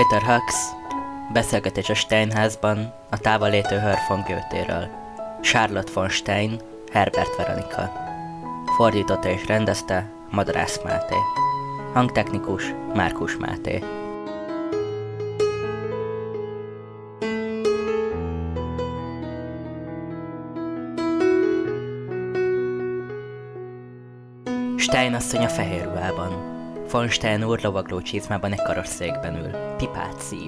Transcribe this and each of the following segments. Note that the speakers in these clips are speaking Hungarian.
Peter Hux, beszélgetés a Steinházban a távollétő Hör von Goethéről. Charlotte von Stein, Herbert Veronika. Fordította és rendezte Madarász Máté. Hangtechnikus Márkus Máté. Stein asszony a fehér ruhában. Von Stein úr lovagló csizmában egy karosszékben ül. Pipát szív.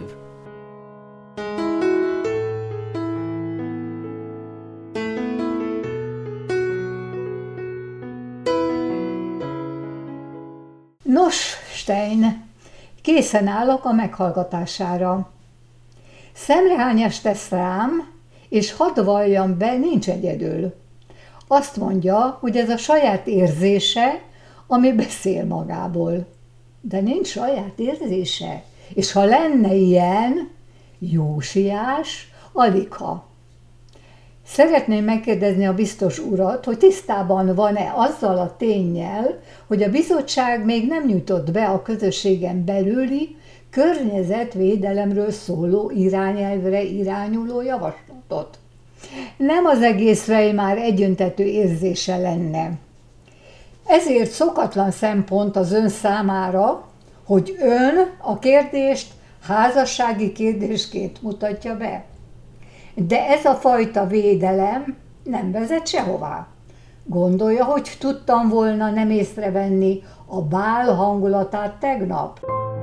Nos, Stein, készen állok a meghallgatására. Szemrehányást tesz rám, és hadd valljam be, nincs egyedül. Azt mondja, hogy ez a saját érzése, ami beszél magából. De nincs saját érzése, és ha lenne ilyen, jósiás, aligha. Szeretném megkérdezni a biztos urat, hogy tisztában van-e azzal a ténnyel, hogy a bizottság még nem nyújtott be a közösségen belüli környezetvédelemről szóló irányelvre irányuló javaslatot. Nem az egészre már egyöntetű érzése lenne. Ezért szokatlan szempont az ön számára, hogy ön a kérdést házassági kérdésként mutatja be. De ez a fajta védelem nem vezet sehová. Gondolja, hogy tudtam volna nem észrevenni a bál hangulatát tegnap?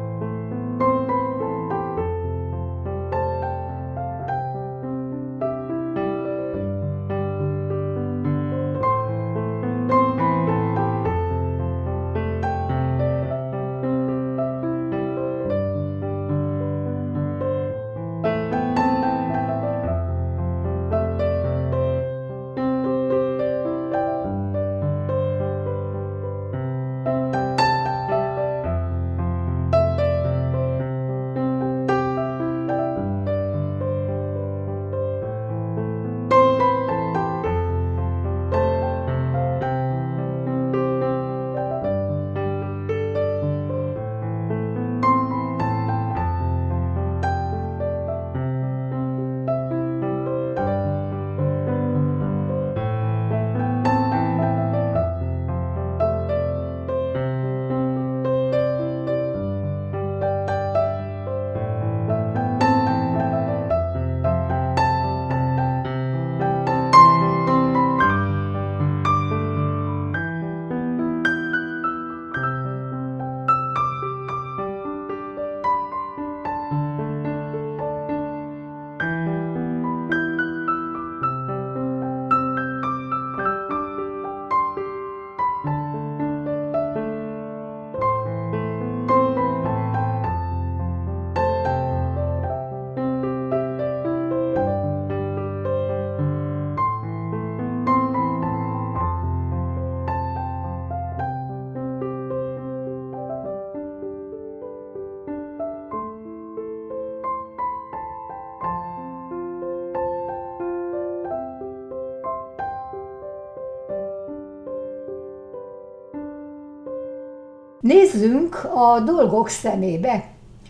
Nézzünk a dolgok szemébe.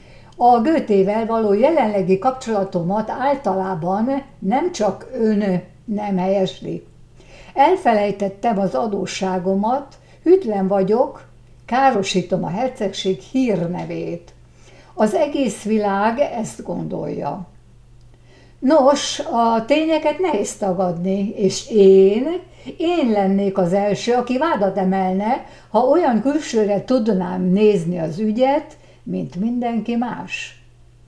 A Goethével való jelenlegi kapcsolatomat általában nem csak ön nem helyesli. Elfelejtettem az adósságomat, hűtlen vagyok, károsítom a hercegség hírnevét. Az egész világ ezt gondolja. Nos, a tényeket nehéz tagadni, és én lennék az első, aki vádat emelne, ha olyan külsőre tudnám nézni az ügyet, mint mindenki más.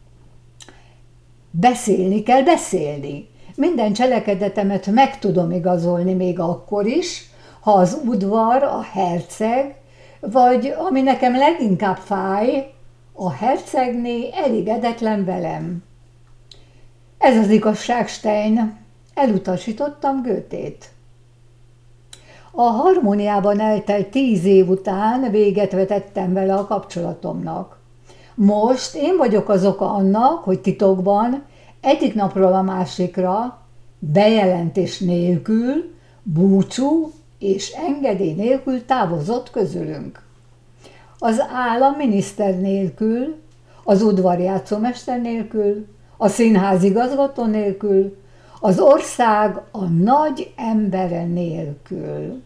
Beszélni kell beszélni. Minden cselekedetemet meg tudom igazolni még akkor is, ha az udvar, a herceg, vagy ami nekem leginkább fáj, a hercegné elégedetlen velem. Ez az igazság, Stein. Elutasítottam Goethét. A Harmóniában eltelt 10 év után véget vetettem vele a kapcsolatomnak. Most én vagyok az oka annak, hogy titokban egyik napról a másikra, bejelentés nélkül, búcsú és engedély nélkül távozott közülünk. Az állam miniszter nélkül, az udvarjátszómester nélkül, a színház igazgató nélkül, az ország a nagy embere nélkül.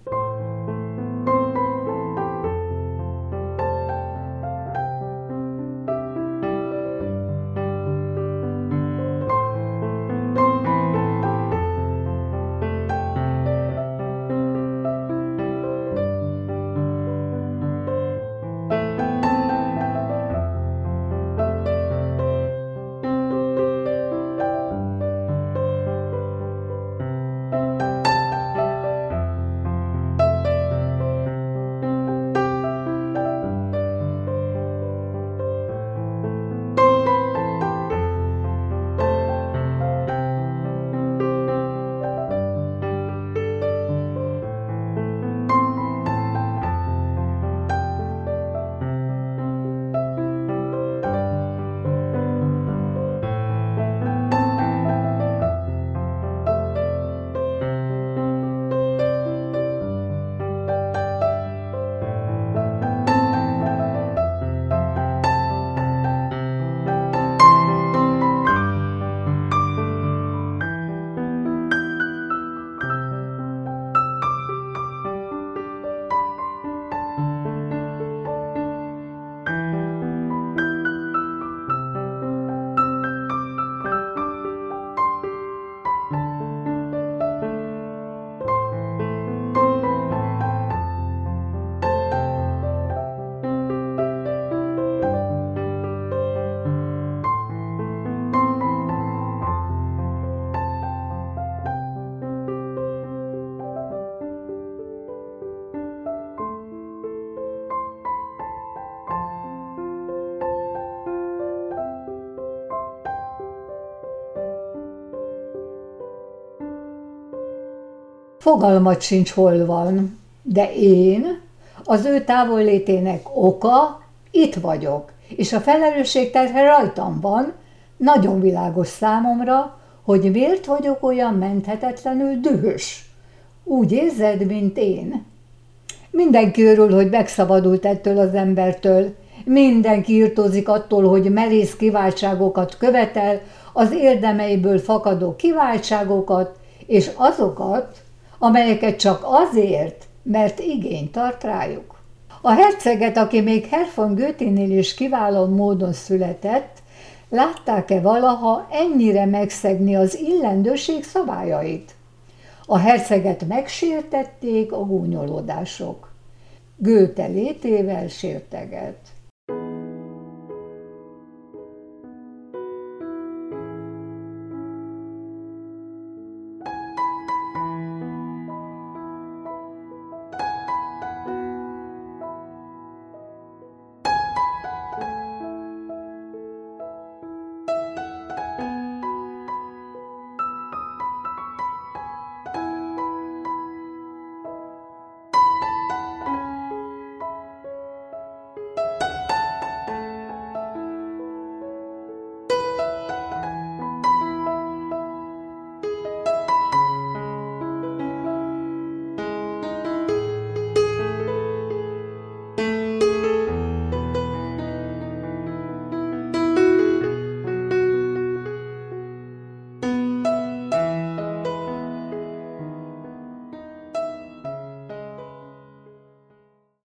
Fogalmat sincs, hol van, de én, az ő távollétének oka, itt vagyok, és a felelősség terhe rajtam van, nagyon világos számomra, hogy miért vagyok olyan menthetetlenül dühös. Úgy érzed, mint én. Mindenki örül, hogy megszabadult ettől az embertől, mindenki irtózik attól, hogy merész kiváltságokat követel, az érdemeiből fakadó kiváltságokat, és azokat, amelyeket csak azért, mert igény tart rájuk. A herceget, aki még Herr von Goethenél is kiváló módon született, látták-e valaha ennyire megszegni az illendőség szabályait? A herceget megsértették a gúnyolódások. Goethe létével sérteget.